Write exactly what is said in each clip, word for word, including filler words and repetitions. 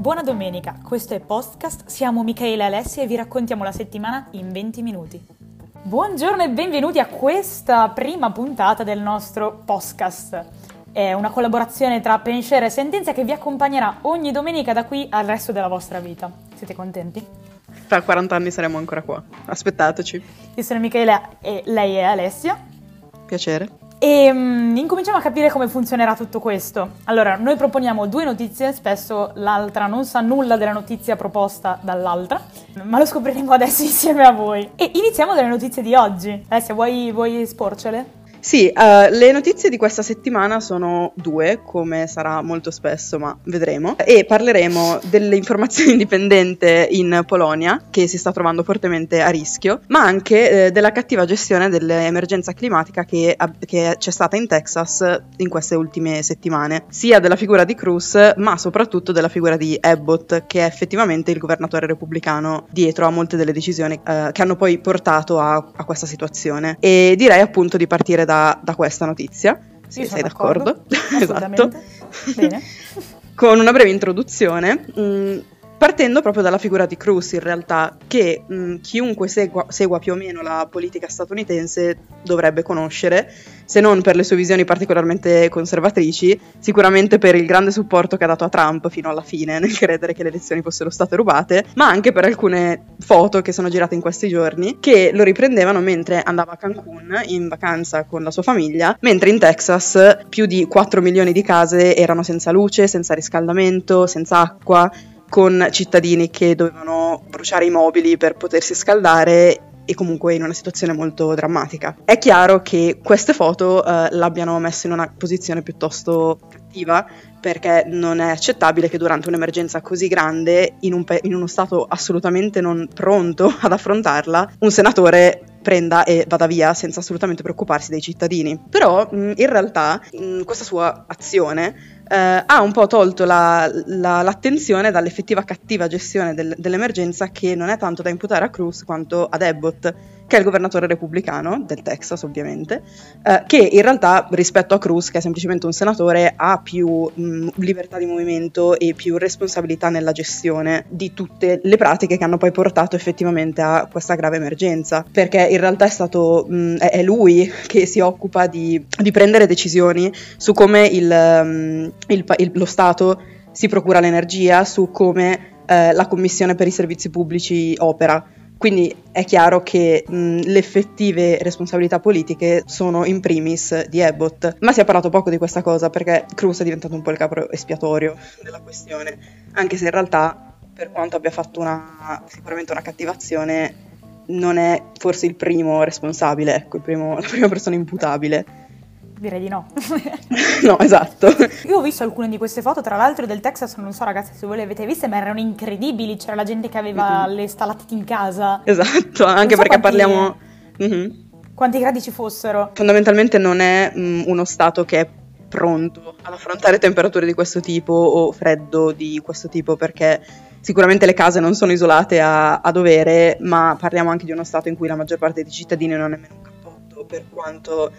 Buona domenica, questo è Podcast, siamo Michele e Alessia e vi raccontiamo la settimana in venti minuti. Buongiorno e benvenuti a questa prima puntata del nostro podcast. È una collaborazione tra Pensiero e Sentenza che vi accompagnerà ogni domenica da qui al resto della vostra vita. Siete contenti? Tra quaranta anni saremo ancora qua, aspettateci. Io sono Michele e lei è Alessia. Piacere. E um, incominciamo a capire come funzionerà tutto questo. Allora, noi proponiamo due notizie, spesso l'altra non sa nulla della notizia proposta dall'altra, ma lo scopriremo adesso insieme a voi. E iniziamo dalle notizie di oggi. Alessia, vuoi, vuoi sporcele? Sì, uh, le notizie di questa settimana sono due, come sarà molto spesso, ma vedremo. E parleremo dell'informazione indipendente in Polonia, che si sta trovando fortemente a rischio, ma anche eh, della cattiva gestione dell'emergenza climatica che, che c'è stata in Texas in queste ultime settimane, sia della figura di Cruz, ma soprattutto della figura di Abbott, che è effettivamente il governatore repubblicano dietro a molte delle decisioni eh, che hanno poi portato a, a questa situazione. E direi appunto di partire da Da, da questa notizia, se sei d'accordo, d'accordo. Esatto. Bene. Con una breve introduzione, mh, partendo proprio dalla figura di Cruz in realtà, che mh, chiunque segua, segua più o meno la politica statunitense dovrebbe conoscere, se non per le sue visioni particolarmente conservatrici, sicuramente per il grande supporto che ha dato a Trump fino alla fine nel credere che le elezioni fossero state rubate, ma anche per alcune foto che sono girate in questi giorni che lo riprendevano mentre andava a Cancun in vacanza con la sua famiglia, mentre in Texas più di quattro milioni di case erano senza luce, senza riscaldamento, senza acqua, con cittadini che dovevano bruciare i mobili per potersi scaldare e comunque in una situazione molto drammatica. È chiaro che queste foto eh, l'abbiano messo in una posizione piuttosto cattiva, perché non è accettabile che durante un'emergenza così grande, in, un pe- in uno stato assolutamente non pronto ad affrontarla, un senatore prenda e vada via senza assolutamente preoccuparsi dei cittadini. Però mh, in realtà mh, questa sua azione eh, ha un po' tolto la, la, l'attenzione dall'effettiva cattiva gestione del, dell'emergenza, che non è tanto da imputare a Cruz quanto ad Abbott, che è il governatore repubblicano del Texas ovviamente, eh, che in realtà rispetto a Cruz, che è semplicemente un senatore, ha più mh, libertà di movimento e più responsabilità nella gestione di tutte le pratiche che hanno poi portato effettivamente a questa grave emergenza, perché in realtà è stato mh, è, è lui che si occupa di, di prendere decisioni su come il, um, il, il, lo Stato si procura l'energia, su come eh, la Commissione per i servizi pubblici opera. Quindi è chiaro che mh, le effettive responsabilità politiche sono in primis di Abbott, ma si è parlato poco di questa cosa perché Cruz è diventato un po' il capro espiatorio della questione, anche se in realtà, per quanto abbia fatto una, sicuramente una cattiva azione, non è forse il primo responsabile, ecco, il primo, la prima persona imputabile. Direi di no. No, esatto. Io ho visto alcune di queste foto, tra l'altro del Texas, non so ragazzi se voi le avete viste, ma erano incredibili, c'era la gente che aveva mm-hmm. le stalattiti in casa. Esatto, anche so perché quanti, parliamo... Mm-hmm. Quanti gradi ci fossero? Fondamentalmente non è mm, uno stato che è pronto ad affrontare temperature di questo tipo o freddo di questo tipo, perché sicuramente le case non sono isolate a, a dovere, ma parliamo anche di uno stato in cui la maggior parte dei cittadini non ha nemmeno un cappotto, per quanto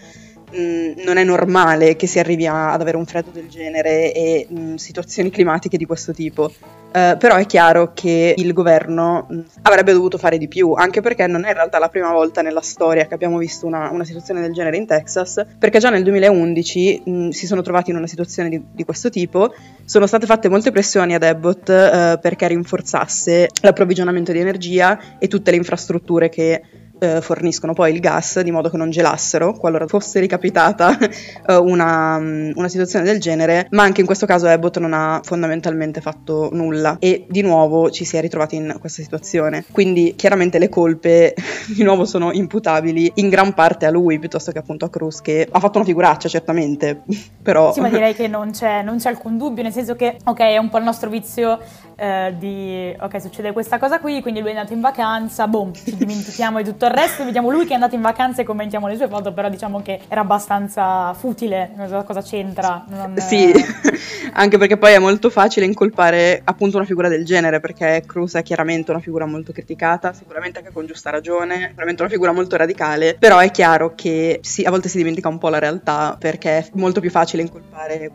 mh, non è normale che si arrivi a, ad avere un freddo del genere e mh, situazioni climatiche di questo tipo. Uh, però è chiaro che il governo mh, avrebbe dovuto fare di più, anche perché non è in realtà la prima volta nella storia che abbiamo visto una, una situazione del genere in Texas, perché già nel duemilaundici mh, si sono trovati in una situazione di, di questo tipo. Sono state fatte molte pressioni ad Abbott uh, perché rinforzasse l'approvvigionamento di energia e tutte le infrastrutture che eh, forniscono poi il gas, di modo che non gelassero qualora fosse ricapitata eh, una, una situazione del genere, ma anche in questo caso Abbott non ha fondamentalmente fatto nulla e di nuovo ci si è ritrovati in questa situazione. Quindi chiaramente le colpe di nuovo sono imputabili in gran parte a lui piuttosto che appunto a Cruz, che ha fatto una figuraccia certamente, però... Sì, ma direi che non c'è, non c'è alcun dubbio, nel senso che ok, è un po' il nostro vizio eh, di ok, succede questa cosa qui, quindi lui è andato in vacanza, boom, ci dimentichiamo di tutto il resto, vediamo lui che è andato in vacanza e commentiamo le sue foto, però diciamo che era abbastanza futile, non so cosa c'entra. Non... Sì, anche perché poi è molto facile incolpare appunto una figura del genere, perché Cruz è chiaramente una figura molto criticata, sicuramente anche con giusta ragione, sicuramente una figura molto radicale, però è chiaro che sì, a volte si dimentica un po' la realtà, perché è molto più facile incolpare qualcuno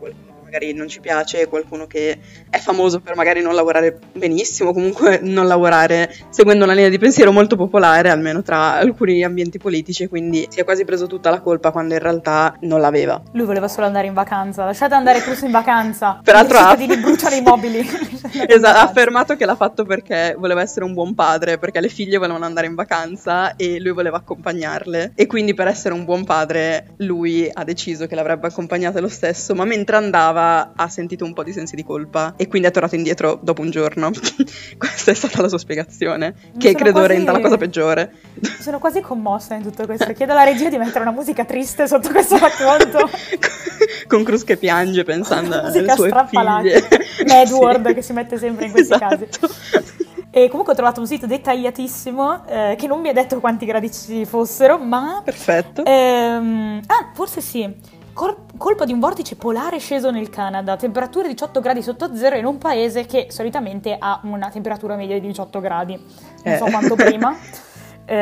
magari non ci piace, qualcuno che è famoso per magari non lavorare benissimo, comunque non lavorare seguendo una linea di pensiero molto popolare, almeno tra alcuni ambienti politici, quindi si è quasi preso tutta la colpa quando in realtà non l'aveva. Lui voleva solo andare in vacanza, lasciate andare Cruz in vacanza. Peraltro i ha cittadini bruciano i mobili. Esatto, ha affermato che l'ha fatto perché voleva essere un buon padre, perché le figlie volevano andare in vacanza e lui voleva accompagnarle, e quindi per essere un buon padre lui ha deciso che l'avrebbe accompagnata lo stesso, ma mentre andava ha sentito un po' di sensi di colpa e quindi è tornato indietro dopo un giorno. Questa è stata la sua spiegazione, Mi che sono credo quasi- renda la cosa peggiore. Sono quasi commossa in tutto questo. Chiedo alla regia di mettere una musica triste sotto questo racconto. Con Cruz che piange pensando alle Musica sue strappalacrime. figlie. Edward Sì. che si mette sempre in questi Esatto. casi. E comunque ho trovato un sito dettagliatissimo eh, che non mi ha detto quanti gradi ci fossero, ma... Perfetto. ehm, ah, forse sì. Col- colpa di un vortice polare sceso nel Canada, temperature diciotto gradi sotto zero in un paese che solitamente ha una temperatura media di diciotto gradi. Non so Eh. quanto prima. Eh,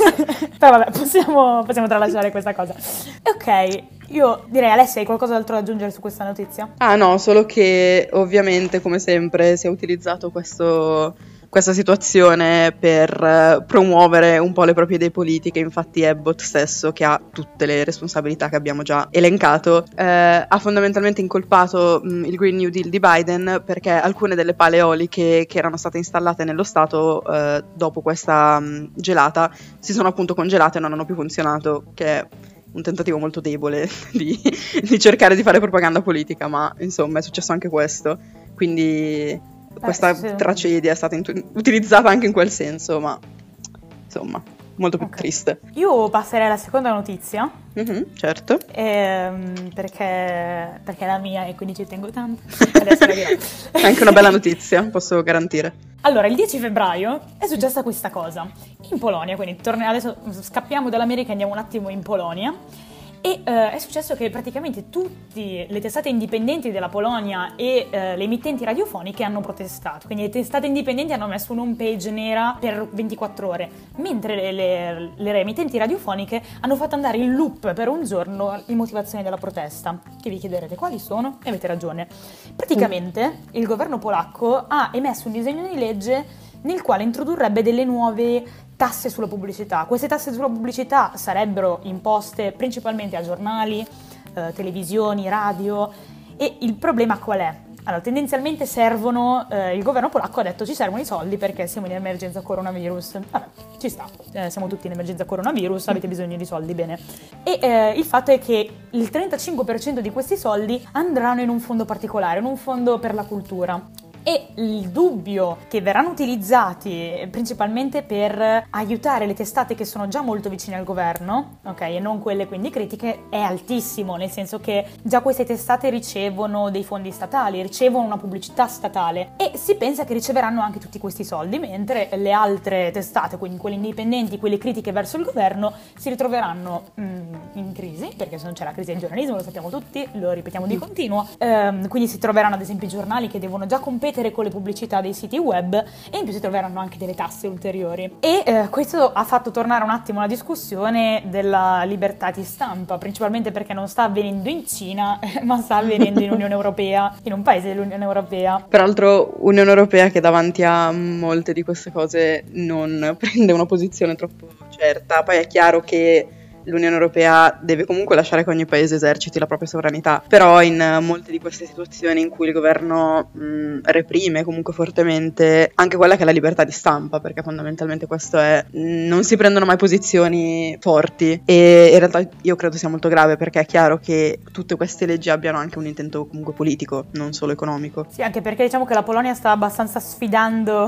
però vabbè, possiamo, possiamo tralasciare questa cosa. Ok, io direi, Alessia, hai qualcos'altro da aggiungere su questa notizia? Ah no, solo che ovviamente, come sempre, si è utilizzato questo, questa situazione per eh, promuovere un po' le proprie idee politiche. Infatti Abbott stesso, che ha tutte le responsabilità che abbiamo già elencato, eh, ha fondamentalmente incolpato mh, il Green New Deal di Biden perché alcune delle pale eoliche che erano state installate nello stato eh, dopo questa mh, gelata si sono appunto congelate e non hanno più funzionato, che è un tentativo molto debole di, di cercare di fare propaganda politica, ma insomma è successo anche questo, quindi questa sì. tragedia è stata intu- utilizzata anche in quel senso, ma insomma molto più Ok. triste. Io passerei alla seconda notizia, Mhm, certo. ehm, perché, perché è la mia e quindi ci tengo tanto. Adesso la dirò. È anche una bella notizia, posso garantire. Allora, il dieci febbraio è successa questa cosa in Polonia, quindi torne- adesso scappiamo dall'America e andiamo un attimo in Polonia. E eh, è successo che praticamente tutte le testate indipendenti della Polonia e eh, le emittenti radiofoniche hanno protestato. Quindi le testate indipendenti hanno messo un'home page nera per ventiquattro ore, mentre le, le, le emittenti radiofoniche hanno fatto andare in loop per un giorno le motivazioni della protesta. Che vi chiederete quali sono? E avete ragione. Praticamente il governo polacco ha emesso un disegno di legge nel quale introdurrebbe delle nuove tasse sulla pubblicità. Queste tasse sulla pubblicità sarebbero imposte principalmente a giornali, eh, televisioni, radio, e il problema qual è? Allora, tendenzialmente servono, eh, il governo polacco ha detto ci servono i soldi perché siamo in emergenza coronavirus. Vabbè, ci sta, eh, siamo tutti in emergenza coronavirus, avete bisogno di soldi, bene. E eh, il fatto è che il trentacinque per cento di questi soldi andranno in un fondo particolare, in un fondo per la cultura. E il dubbio che verranno utilizzati principalmente per aiutare le testate che sono già molto vicine al governo, ok, e non quelle quindi critiche, è altissimo, nel senso che già queste testate ricevono dei fondi statali, ricevono una pubblicità statale e si pensa che riceveranno anche tutti questi soldi, mentre le altre testate, quindi quelle indipendenti, quelle critiche verso il governo, si ritroveranno mh, in crisi, perché se non c'è la crisi del giornalismo, lo sappiamo tutti, lo ripetiamo di continuo, ehm, quindi si troveranno ad esempio i giornali che devono già competere con le pubblicità dei siti web e in più si troveranno anche delle tasse ulteriori. E eh, questo ha fatto tornare un attimo la discussione della libertà di stampa, principalmente perché non sta avvenendo in Cina, ma sta avvenendo in Unione Europea, in un paese dell'Unione Europea. Peraltro Unione Europea che davanti a molte di queste cose non prende una posizione troppo certa. Poi è chiaro che l'Unione Europea deve comunque lasciare che ogni paese eserciti la propria sovranità, però in uh, molte di queste situazioni in cui il governo mh, reprime comunque fortemente anche quella che è la libertà di stampa, perché fondamentalmente questo è, mh, non si prendono mai posizioni forti, e in realtà io credo sia molto grave, perché è chiaro che tutte queste leggi abbiano anche un intento comunque politico, non solo economico. Sì, anche perché diciamo che la Polonia sta abbastanza sfidando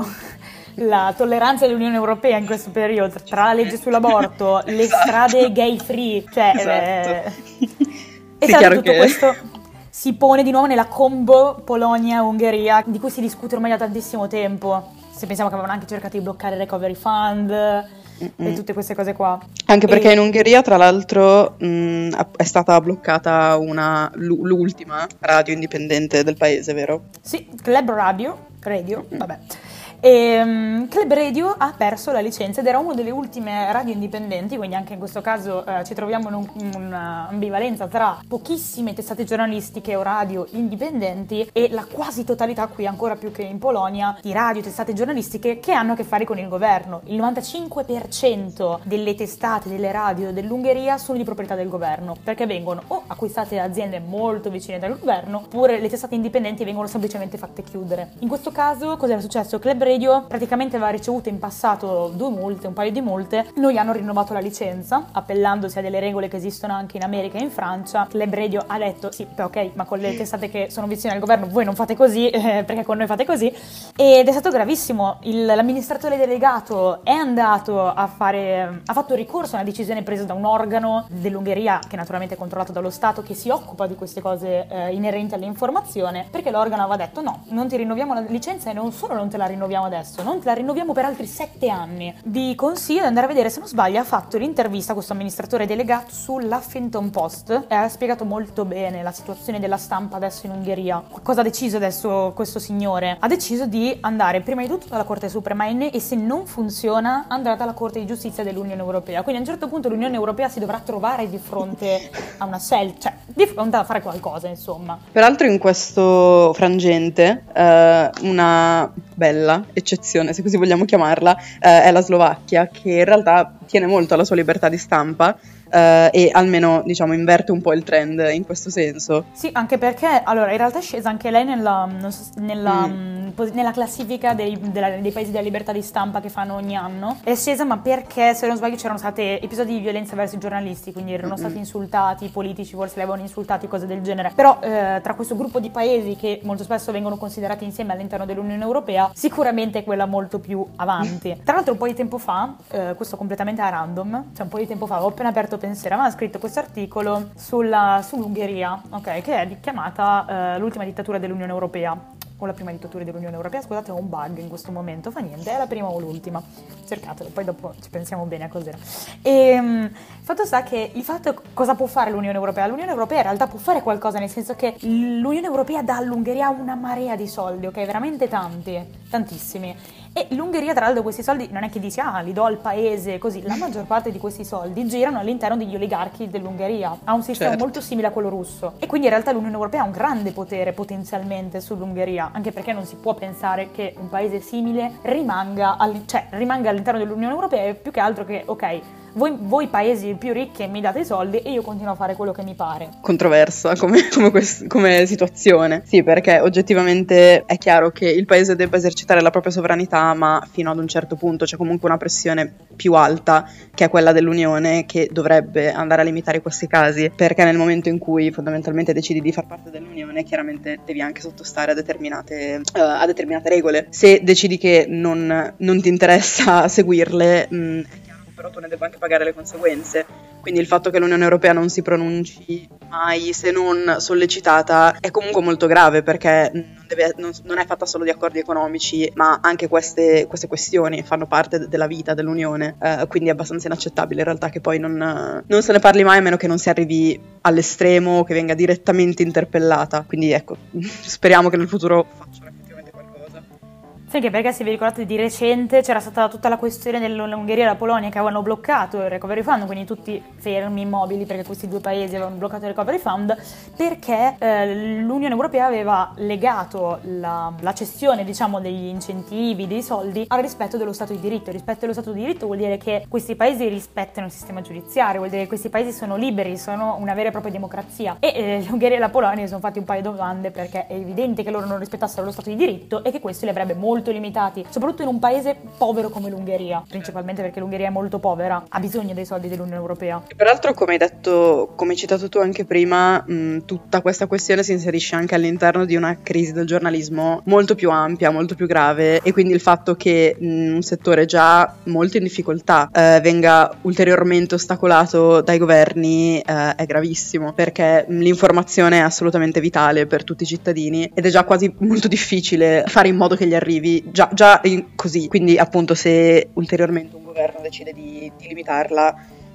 la tolleranza dell'Unione Europea in questo periodo, tra la legge sull'aborto, le Esatto. strade gay free, cioè Esatto. eh, e Sì, tra chiaro tutto che- questo si pone di nuovo nella combo Polonia-Ungheria, di cui si discute ormai da tantissimo tempo. Se pensiamo che avevano anche cercato di bloccare il recovery fund Mm-mm. e tutte queste cose qua. Anche perché E- in Ungheria, tra l'altro, mh, è stata bloccata una, l'u- l'ultima radio indipendente del paese, vero? Sì, Club Radio, Radio, vabbè. E um, Club Radio ha perso la licenza ed era una delle ultime radio indipendenti, quindi anche in questo caso eh, ci troviamo in, un, in un'ambivalenza tra pochissime testate giornalistiche o radio indipendenti e la quasi totalità, qui ancora più che in Polonia, di radio, testate giornalistiche che hanno a che fare con il governo. Il novantacinque per cento delle testate, delle radio dell'Ungheria sono di proprietà del governo, perché vengono o acquistate da aziende molto vicine dal governo, oppure le testate indipendenti vengono semplicemente fatte chiudere. In questo caso, cosa era successo? Club Radio praticamente aveva ricevuto in passato due multe, un paio di multe, noi hanno rinnovato la licenza, appellandosi a delle regole che esistono anche in America e in Francia. Club Radio ha detto, sì, beh, ok, ma con le testate che sono vicine al governo voi non fate così, eh, perché con noi fate così, ed è stato gravissimo. Il, l'amministratore delegato è andato a fare, ha fatto ricorso a una decisione presa da un organo dell'Ungheria, che naturalmente è controllato dallo Stato, che si occupa di queste cose eh, inerenti all'informazione, perché l'organo aveva detto no, non ti rinnoviamo la licenza e non solo non te la rinnoviamo adesso, non te la rinnoviamo per altri sette anni. Vi consiglio di andare a vedere, se non sbaglio ha fatto l'intervista questo amministratore delegato sull'Huffington Post e ha spiegato molto bene la situazione della stampa adesso in Ungheria. Cosa ha deciso adesso questo signore? Ha deciso di andare prima di tutto dalla Corte Suprema e se non funziona andrà dalla Corte di Giustizia dell'Unione Europea, quindi a un certo punto l'Unione Europea si dovrà trovare di fronte a una scelta, cioè di fronte a fare qualcosa, insomma. Peraltro in questo frangente eh, una bella eccezione, se così vogliamo chiamarla, eh, è la Slovacchia, che in realtà tiene molto alla sua libertà di stampa. Uh, e almeno, diciamo, inverte un po' il trend in questo senso. Sì, anche perché, allora, in realtà è scesa anche lei nella, non so, nella, mm. pos- nella classifica dei, della, dei paesi della libertà di stampa che fanno ogni anno. È scesa, ma perché, se non sbaglio, c'erano stati episodi di violenza verso i giornalisti, quindi erano mm-hmm. stati insultati, i politici forse li avevano insultati, cose del genere. Però eh, tra questo gruppo di paesi che molto spesso vengono considerati insieme all'interno dell'Unione Europea, sicuramente è quella molto più avanti. Tra l'altro un po' di tempo fa, eh, questo completamente a random, cioè un po' di tempo fa, ho appena aperto Pensiero, aveva scritto questo articolo sulla, sull'Ungheria, ok, che è chiamata uh, l'ultima dittatura dell'Unione Europea, o la prima dittatura dell'Unione Europea, scusate, ho un bug in questo momento, fa niente, è la prima o l'ultima, cercatelo, poi dopo ci pensiamo bene a cos'era. E um, il fatto sta che il fatto cosa può fare l'Unione Europea? L'Unione Europea in realtà può fare qualcosa, nel senso che l'Unione Europea dà all'Ungheria una marea di soldi, ok, veramente tanti, tantissimi. E l'Ungheria, tra l'altro, questi soldi non è che dice ah li do al paese così, la maggior parte di questi soldi girano all'interno degli oligarchi dell'Ungheria, ha un sistema certo. molto simile a quello russo, e quindi in realtà l'Unione Europea ha un grande potere potenzialmente sull'Ungheria, anche perché non si può pensare che un paese simile rimanga, all- cioè, rimanga all'interno dell'Unione Europea, e più che altro che ok, Voi, voi paesi più ricchi mi date i soldi e io continuo a fare quello che mi pare. Controversa come, come, quest- come situazione. Sì, perché oggettivamente è chiaro che il paese debba esercitare la propria sovranità, ma fino ad un certo punto c'è comunque una pressione più alta, che è quella dell'Unione, che dovrebbe andare a limitare questi casi, perché nel momento in cui fondamentalmente decidi di far parte dell'Unione, chiaramente devi anche sottostare a determinate, uh, a determinate regole. Se decidi che non, non ti interessa seguirle, mh, però tu ne debba anche pagare le conseguenze. Quindi il fatto che l'Unione Europea non si pronunci mai se non sollecitata è comunque molto grave, perché non, deve, non, non è fatta solo di accordi economici, ma anche queste, queste questioni fanno parte de- della vita dell'Unione, eh, quindi è abbastanza inaccettabile in realtà che poi non, non se ne parli mai, a meno che non si arrivi all'estremo, che venga direttamente interpellata. Quindi ecco, speriamo che nel futuro facciano effettivamente qualcosa. Sì, anche perché se vi ricordate di recente c'era stata tutta la questione dell'Ungheria e la Polonia che avevano bloccato il Recovery Fund, quindi tutti fermi, immobili, perché questi due paesi avevano bloccato il Recovery Fund, perché eh, l'Unione Europea aveva legato la, la cessione, diciamo, degli incentivi, dei soldi, al rispetto dello Stato di diritto. Il rispetto dello Stato di diritto vuol dire che questi paesi rispettano il sistema giudiziario, vuol dire che questi paesi sono liberi, sono una vera e propria democrazia. E eh, l'Ungheria e la Polonia si sono fatti un paio di domande, perché è evidente che loro non rispettassero lo Stato di diritto e che questo li avrebbe molto molto limitati, soprattutto in un paese povero come l'Ungheria, principalmente perché l'Ungheria è molto povera, ha bisogno dei soldi dell'Unione Europea. E peraltro, come hai detto, come hai citato tu anche prima, mh, tutta questa questione si inserisce anche all'interno di una crisi del giornalismo molto più ampia, molto più grave, e quindi il fatto che mh, un settore già molto in difficoltà eh, venga ulteriormente ostacolato dai governi eh, è gravissimo, perché mh, l'informazione è assolutamente vitale per tutti i cittadini ed è già quasi molto difficile fare in modo che gli arrivi già, già così, quindi appunto se ulteriormente un governo decide di, di limitarla,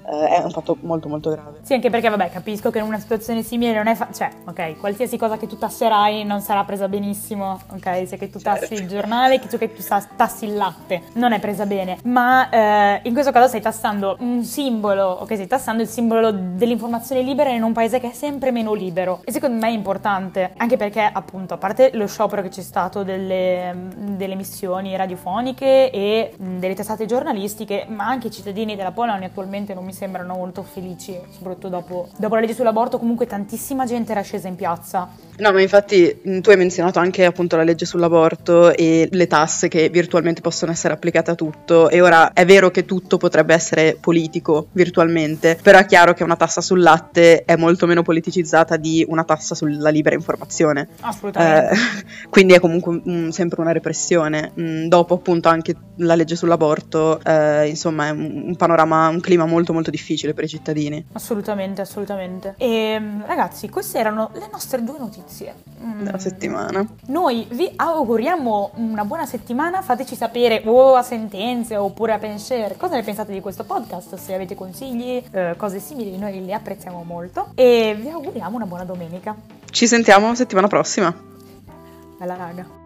eh, è un fatto molto molto grave. Sì, anche perché vabbè, capisco che in una situazione simile non è fa- cioè, ok, qualsiasi cosa che tu tasserai non sarà presa benissimo, ok? Se che tu tassi Certo. il giornale, che tu che tu tassi il latte, non è presa bene, ma eh, in questo caso stai tassando un simbolo, ok, stai tassando il simbolo dell'informazione libera in un paese che è sempre meno libero, e secondo me è importante, anche perché appunto, a parte lo sciopero che c'è stato delle, delle emissioni radiofoniche e delle testate giornalistiche, ma anche i cittadini della Polonia attualmente non mi sembrano molto felici, soprattutto dopo, dopo la legge sull'aborto. Comunque tantissima gente era scesa in piazza. No, ma infatti tu hai menzionato anche appunto la legge sull'aborto e le tasse che virtualmente possono essere applicate a tutto, e ora è vero che tutto potrebbe essere politico virtualmente, però è chiaro che una tassa sul latte è molto meno politicizzata di una tassa sulla libera informazione. Assolutamente. Eh, quindi è comunque mm, sempre una repressione. Mm, dopo appunto anche la legge sull'aborto, eh, insomma è un, un panorama, un clima molto molto difficile per i cittadini. Assolutamente, assolutamente. E ragazzi, queste erano le nostre due notizie mm. della settimana. Noi vi auguriamo una buona settimana. Fateci sapere o a Sentenze oppure a Penshare cosa ne pensate di questo podcast, se avete consigli, eh, cose simili, noi le apprezziamo molto, e vi auguriamo una buona domenica. Ci sentiamo settimana prossima. Bella raga.